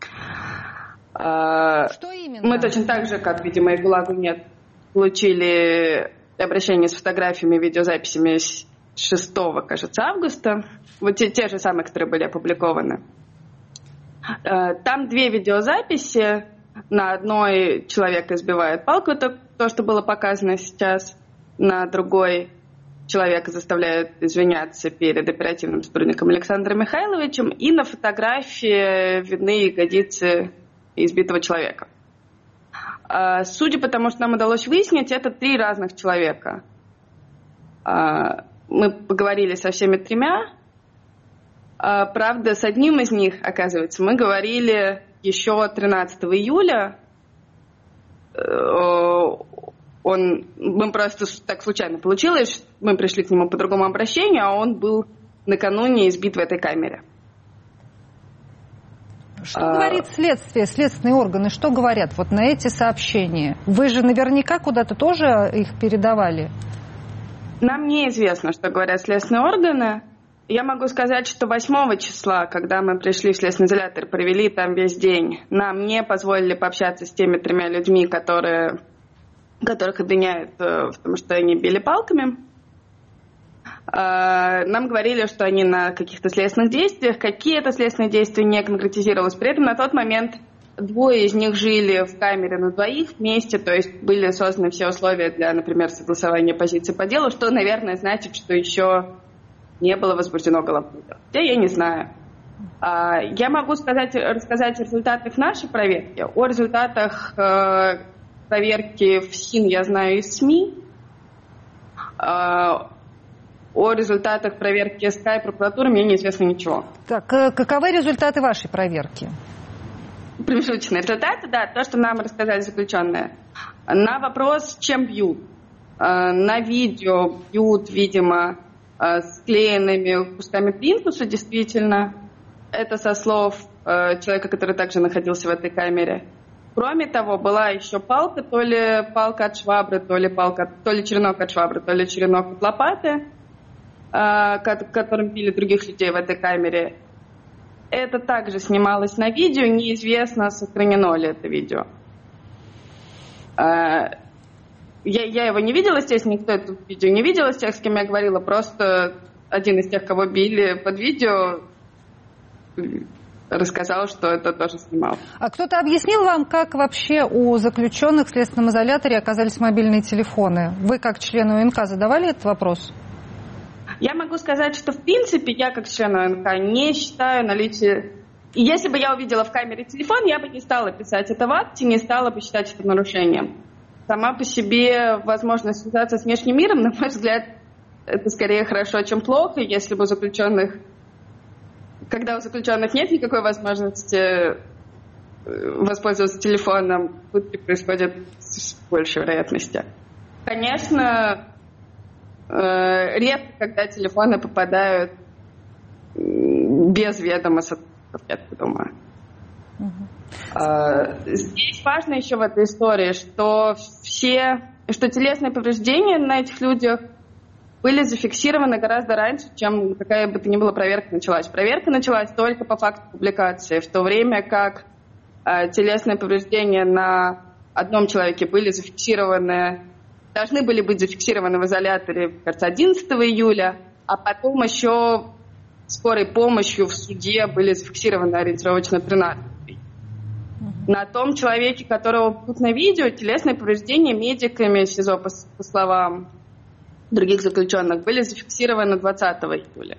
Что именно? Мы точно так же, как, видимо, и ГУЛАГу нет, получили обращение с фотографиями, видеозаписями с 6, кажется, августа. Вот те же самые, которые были опубликованы. Там 2 видеозаписи. На одной человека избивает палку, это то, что было показано сейчас. На другой человека заставляют извиняться перед оперативным сотрудником Александром Михайловичем. И на фотографии видны ягодицы избитого человека. Судя по тому, что нам удалось выяснить, это 3 разных человека. Мы поговорили со всеми 3. Правда, с одним из них, оказывается, мы говорили еще 13 июля. Мы просто так случайно получилось, мы пришли к нему по другому обращению, а он был накануне избит в этой камере. Что говорит следствие, следственные органы, что говорят вот на эти сообщения? Вы же наверняка куда-то тоже их передавали? Нам неизвестно, что говорят следственные органы. Я могу сказать, что 8 числа, когда мы пришли в следственный изолятор, провели там весь день, нам не позволили пообщаться с теми 3 людьми, которых обвиняют в том, что они били палками. Нам говорили, что они на каких-то следственных действиях. Какие это следственные действия, не конкретизировалось. При этом на тот момент 2 из них жили в камере на 2 вместе, то есть были созданы все условия для, например, согласования позиции по делу, что, наверное, значит, что еще не было возбуждено уголовное дело. Я не знаю. Я могу рассказать о результатах нашей проверки. О результатах проверки в СИН я знаю из СМИ. О результатах проверки СК и прокуратуры мне неизвестно ничего. Так, каковы результаты вашей проверки? Промежуточные результаты, да, то, что нам рассказали заключенные. На вопрос, чем бьют. На видео бьют, видимо, склеенными кусками плинтуса, действительно. Это со слов человека, который также находился в этой камере. Кроме того, была еще палка, то ли палка от швабры, то ли черенок от швабры, то ли черенок от лопаты, которым били других людей в этой камере. Это также снималось на видео, неизвестно, сохранено ли это видео. Я его не видела, естественно, никто это видео не видел из тех, с кем я говорила, просто один из тех, кого били под видео, рассказал, что это тоже снимал. А кто-то объяснил вам, как вообще у заключенных в следственном изоляторе оказались мобильные телефоны? Вы, как член УНК, задавали этот вопрос? Я могу сказать, что в принципе я, как член УНК, не считаю наличие... И если бы я увидела в камере телефон, я бы не стала писать это в акте, не стала бы считать это нарушением. Сама по себе возможность связаться с внешним миром, на мой взгляд, это скорее хорошо, чем плохо. Если бы у заключенных... Когда у заключенных нет никакой возможности воспользоваться телефоном, пытки происходят с большей вероятностью. Конечно, редко, когда телефоны попадают без ведома сотрудников, я так думаю. Здесь важно еще в этой истории, что телесные повреждения на этих людях были зафиксированы гораздо раньше, чем какая бы то ни была проверка началась. Проверка началась только по факту публикации, в то время как телесные повреждения на одном человеке должны были быть зафиксированы в изоляторе, кажется, 11 июля, а потом еще скорой помощью в суде были зафиксированы ориентировочно 13. На том человеке, которого будут на видео, телесные повреждения медиками СИЗО, по словам других заключенных, были зафиксированы 20 июля.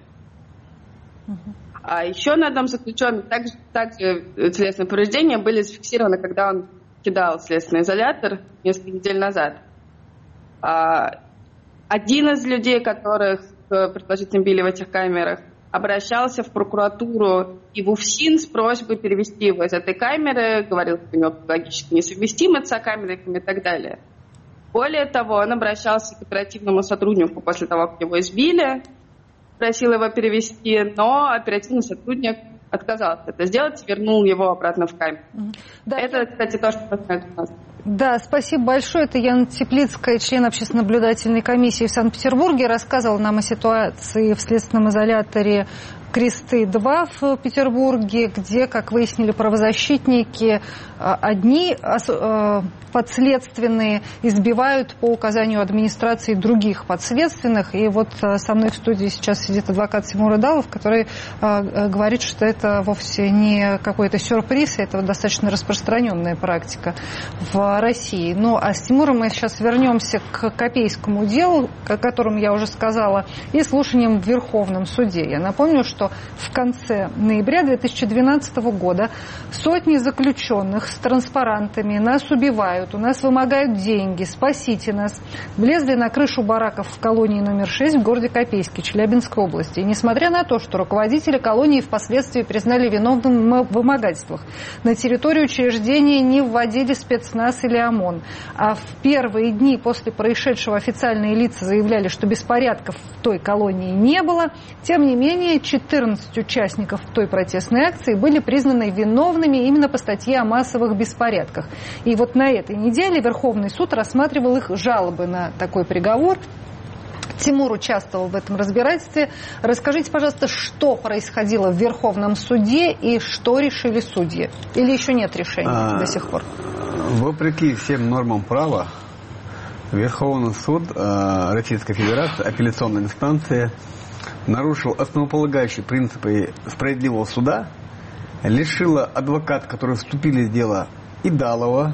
А еще на одном заключенном также телесные повреждения были зафиксированы, когда он покидал следственный изолятор несколько недель назад. Один из людей, которых предположительно били в этих камерах, обращался в прокуратуру и в УФСИН с просьбой перевести его из этой камеры, говорил, что у него логически несовместимо с сокамерниками и так далее. Более того, он обращался к оперативному сотруднику после того, как его избили, просил его перевести, но оперативный сотрудник отказался это сделать и вернул его обратно в камеру. Да. Это, кстати, то, что происходит у нас. Да, спасибо большое. Это Яна Теплицкая, член общественно-наблюдательной комиссии в Санкт-Петербурге, рассказывала нам о ситуации в следственном изоляторе Кресты-2 в Петербурге, где, как выяснили правозащитники, одни подследственные избивают по указанию администрации других подследственных. И вот со мной в студии сейчас сидит адвокат Тимур Идалов, который говорит, что это вовсе не какой-то сюрприз, это достаточно распространенная практика в России. Ну, а с Тимуром мы сейчас вернемся к Копейскому делу, о котором я уже сказала, и слушаниям в Верховном суде. Я напомню, что в конце ноября 2012 года сотни заключенных с транспарантами «Нас убивают», «У нас вымогают деньги», «Спасите нас» влезли на крышу бараков в колонии номер 6 в городе Копейске, Челябинской области. И несмотря на то, что руководители колонии впоследствии признали виновным в вымогательствах, на территорию учреждения не вводили спецназ или ОМОН. А в первые дни после происшедшего официальные лица заявляли, что беспорядков в той колонии не было. Тем не менее, 14 участников той протестной акции были признаны виновными именно по статье о массовых беспорядках. И вот на этой неделе Верховный суд рассматривал их жалобы на такой приговор. Тимур участвовал в этом разбирательстве. Расскажите, пожалуйста, что происходило в Верховном суде и что решили судьи? Или еще нет решения до сих пор? Вопреки всем нормам права, Верховный суд Российской Федерации, апелляционная инстанция, нарушил основополагающие принципы справедливого суда, лишила адвоката, которые вступили в дело, Идалова,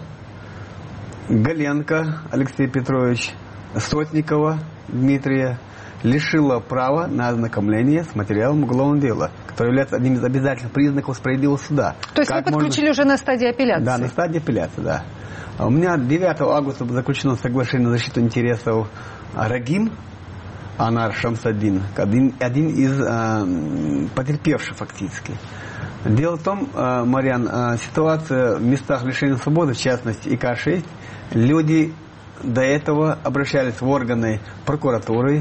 Галенко Алексей Петрович, Сотникова Дмитрия, лишила права на ознакомление с материалом уголовного дела, который является одним из обязательных признаков справедливого суда. То есть вы подключили уже на стадии апелляции? Да, на стадии апелляции, да. У меня 9 августа было заключено соглашение на защиту интересов Рагим Анар Шамсаддин, один из потерпевших фактически. Дело в том, Марьян, ситуация в местах лишения свободы, в частности ИК-6, люди до этого обращались в органы прокуратуры,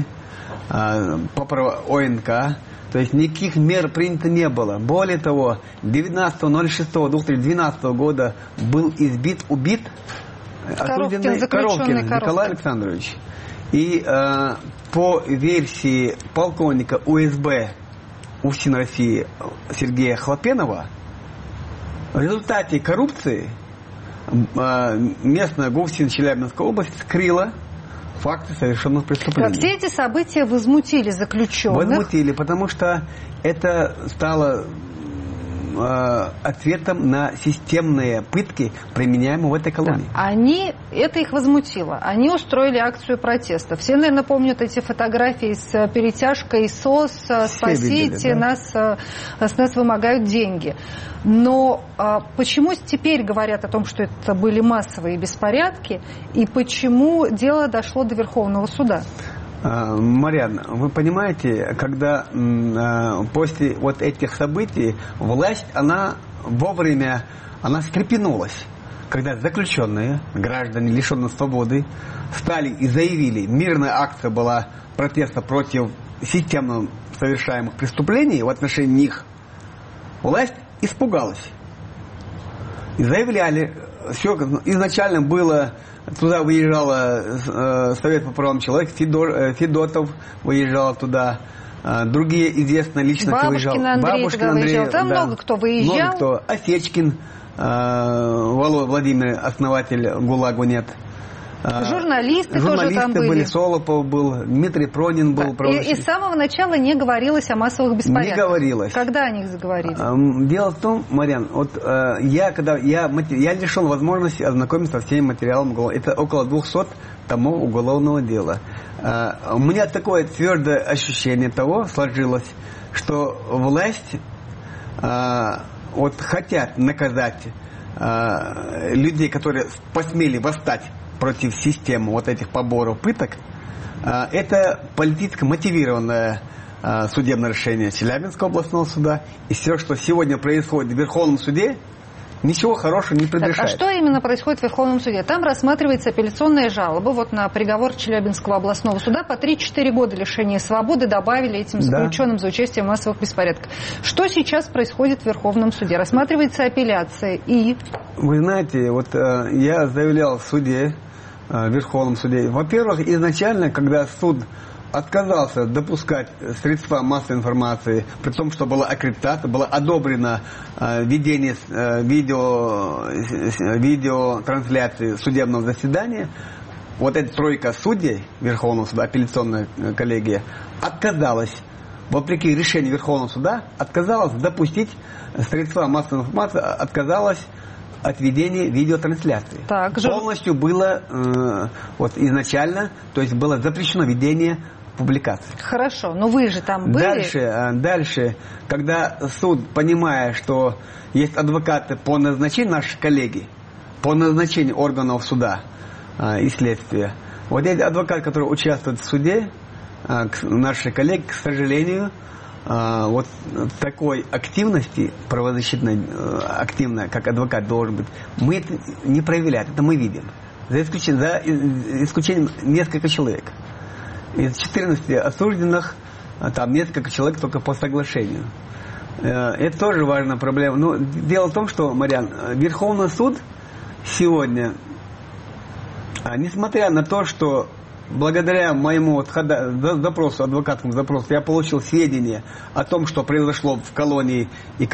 ОНК, то есть никаких мер принято не было. Более того, 19.06.2012 года был убит осужденный Коровкин Николай Александрович. И по версии полковника УСБ УФСИН России Сергея Хлопенова, в результате коррупции местная ГУФСИН Челябинской области скрыла факты совершенных преступлений. Все эти события возмутили заключенных. Возмутили, потому что это стало ответом на системные пытки, применяемые в этой колонии. Да. Это их возмутило. Они устроили акцию протеста. Все, наверное, помнят эти фотографии с перетяжкой СОС «Спасите, видели, да? С нас вымогают деньги». Но почему теперь говорят о том, что это были массовые беспорядки, и почему дело дошло до Верховного суда? Марьян, вы понимаете, когда после вот этих событий власть, она вовремя встрепенулась, когда заключенные, граждане, лишенные свободы, стали и заявили, мирная акция была протеста против системно совершаемых преступлений в отношении них, власть испугалась. И заявляли, все изначально было. Туда выезжал Совет по правам человека, Федотов выезжал туда, другие известные личности выезжали. Бабушкин Андрей, там да, много кто выезжал. Много кто. Осечкин, Володя Владимир, основатель ГУЛАГу нет. Журналисты тоже там были. Солопов был, Дмитрий Пронин был. Да. И с самого начала не говорилось о массовых беспорядках. Не говорилось. Когда о них заговорили? Дело в том, Марьян, вот я лишен возможности ознакомиться со всеми материалами уголовного. Это около 200 томов уголовного дела. У меня такое твердое ощущение того сложилось, что власть хотят наказать людей, которые посмели восстать против системы вот этих поборов, пыток. Это политически мотивированное судебное решение Челябинского областного суда. И все, что сегодня происходит в Верховном суде, ничего хорошего не предрешает. А что именно происходит в Верховном суде? Там рассматривается апелляционная жалоба на приговор Челябинского областного суда по 3-4 года лишения свободы добавили этим заключенным за участие в массовых беспорядках. Что сейчас происходит в Верховном суде? Рассматривается апелляция и... Вы знаете, я заявлял в суде, в Верховном суде. Во-первых, изначально, когда суд отказался допускать средства массовой информации, при том, что была аккредитация, было одобрено ведение видеотрансляции судебного заседания, вот эта тройка судей Верховного суда, апелляционная коллегия, отказалась, вопреки решению Верховного суда, отказалась допустить средства массовой информации, отказалась от ведения видеотрансляции. Так, полностью было изначально, то есть было запрещено ведение публикаций. Хорошо, но вы же там были. Дальше, когда суд, понимая, что есть адвокаты по назначению, наши коллеги, по назначению органов суда и следствия, вот эти адвокаты, которые участвуют в суде, наши коллеги, к сожалению, вот такой активности правозащитной, активной, как адвокат должен быть, мы это не проявляем, это мы видим. За исключением нескольких человек. Из 14 осужденных, там несколько человек только по соглашению. Это тоже важная проблема. Но дело в том, что, Марьян, Верховный суд сегодня, несмотря на то, что благодаря моему запросу, адвокатскому запросу, я получил сведения о том, что произошло в колонии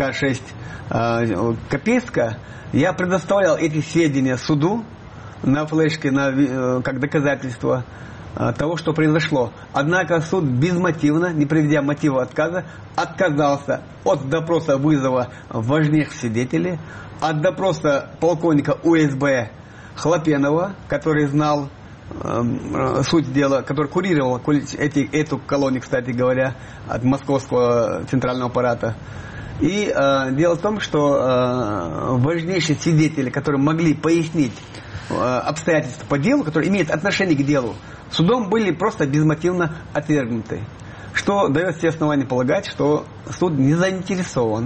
ИК-6 Копейска, я предоставлял эти сведения суду на флешке, как доказательство того, что произошло. Однако суд безмотивно, не приведя мотива отказа, отказался от допроса вызова важнейших свидетелей, от допроса полковника УСБ Хлопенова, который знал суть дела, который курировал эту колонию, кстати говоря, от московского центрального аппарата. И дело в том, что важнейшие свидетели, которые могли пояснить обстоятельства по делу, которые имеют отношение к делу, судом были просто безмотивно отвергнуты. Что дает все основания полагать, что суд не заинтересован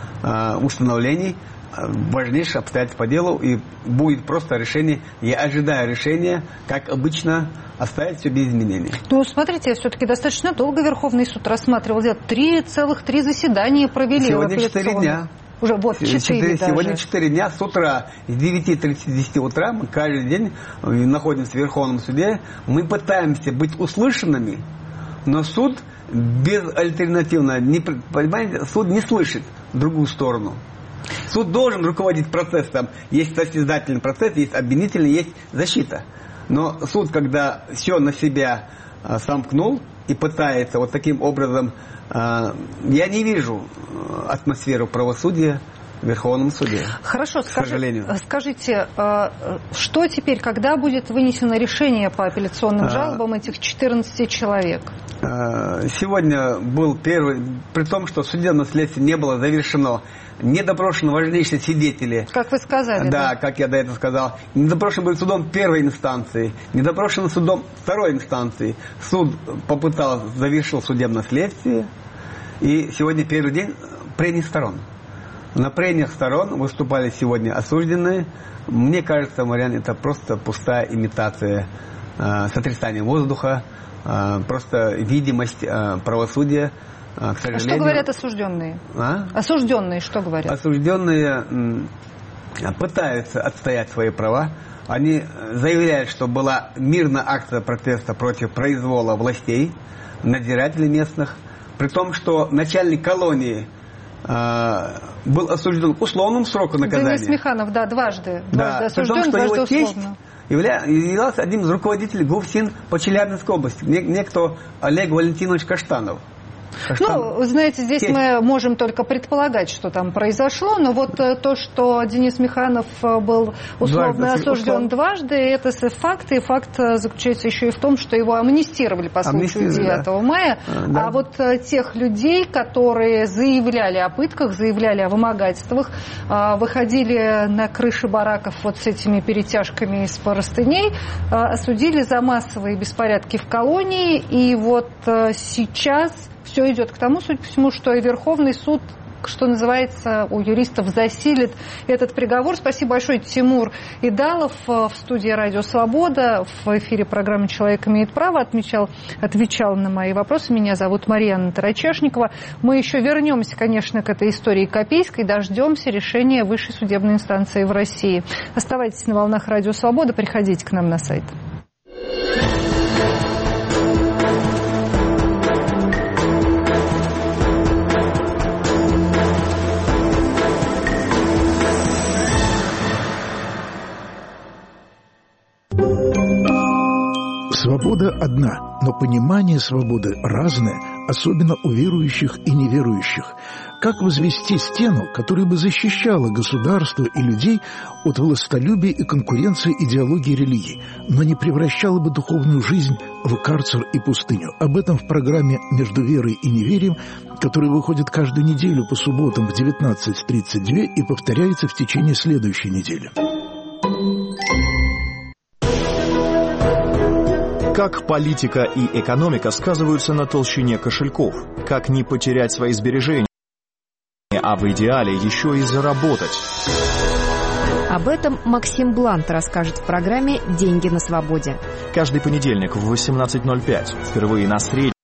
в установлении важнейших обстоятельств по делу, и будет просто решение, я ожидаю решения, как обычно, оставить все без изменений. Ну, смотрите, все-таки достаточно долго Верховный суд рассматривал дело. 3 заседания провели. Сегодня 4 дня. Уже вот 4 даже. Сегодня 4 дня с утра, с 9:30 утра, мы каждый день находимся в Верховном суде, мы пытаемся быть услышанными, но суд безальтернативно, понимаете, суд не слышит другую сторону. Суд должен руководить процессом. Есть состязательный процесс, есть обвинительный, есть защита. Но суд, когда все на себя сомкнул и пытается вот таким образом, я не вижу атмосферу правосудия в Верховном суде. Хорошо, к сожалению. Скажите, что теперь, когда будет вынесено решение по апелляционным жалобам этих 14 человек? Сегодня был первый, при том, что судебное следствие не было завершено, не допрошены важнейшие свидетели. Как вы сказали. Да, как я до этого сказал. Не допрошены были судом первой инстанции, не допрошены судом второй инстанции. Суд завершил судебное следствие, и сегодня первый день прений сторон. На прениях сторон выступали сегодня осужденные. Мне кажется, Марьян, это просто пустая имитация сотрясания воздуха, просто видимость правосудия. К сожалению. А что говорят осужденные? Осужденные что говорят? Осужденные пытаются отстоять свои права. Они заявляют, что была мирная акция протеста против произвола властей, надзирателей местных, при том, что начальник колонии был осужден к условному сроку наказания. Денис Миханов, дважды осужден, при том, что дважды его условно. Являлся одним из руководителей ГУФСИН по Челябинской области, некто Олег Валентинович Каштанов. Ну, вы знаете, здесь мы можем только предполагать, что там произошло, но вот то, что Денис Миханов был условно осужден дважды, это факт, и факт заключается еще и в том, что его амнистировали по случаю 9 мая, А вот тех людей, которые заявляли о пытках, заявляли о вымогательствах, выходили на крыши бараков вот с этими перетяжками из простыней, осудили за массовые беспорядки в колонии, и вот сейчас все идет к тому, судя по всему, что и Верховный суд, что называется, у юристов засилит этот приговор. Спасибо большое, Тимур Идалов в студии «Радио Свобода» в эфире программы «Человек имеет право» отвечал на мои вопросы. Меня зовут Марьяна Тарачешникова. Мы еще вернемся, конечно, к этой истории Копейской, дождемся решения высшей судебной инстанции в России. Оставайтесь на волнах «Радио Свобода», приходите к нам на сайт. понимание свободы разное, особенно у верующих и неверующих. Как возвести стену, которая бы защищала государство и людей от властолюбия и конкуренции идеологии религии, но не превращала бы духовную жизнь в карцер и пустыню? Об этом в программе «Между верой и неверием», которая выходит каждую неделю по субботам в 19:32 и повторяется в течение следующей недели. Как политика и экономика сказываются на толщине кошельков? Как не потерять свои сбережения, а в идеале еще и заработать? Об этом Максим Блант расскажет в программе «Деньги на свободе». Каждый понедельник в 18:05. Впервые на среднем.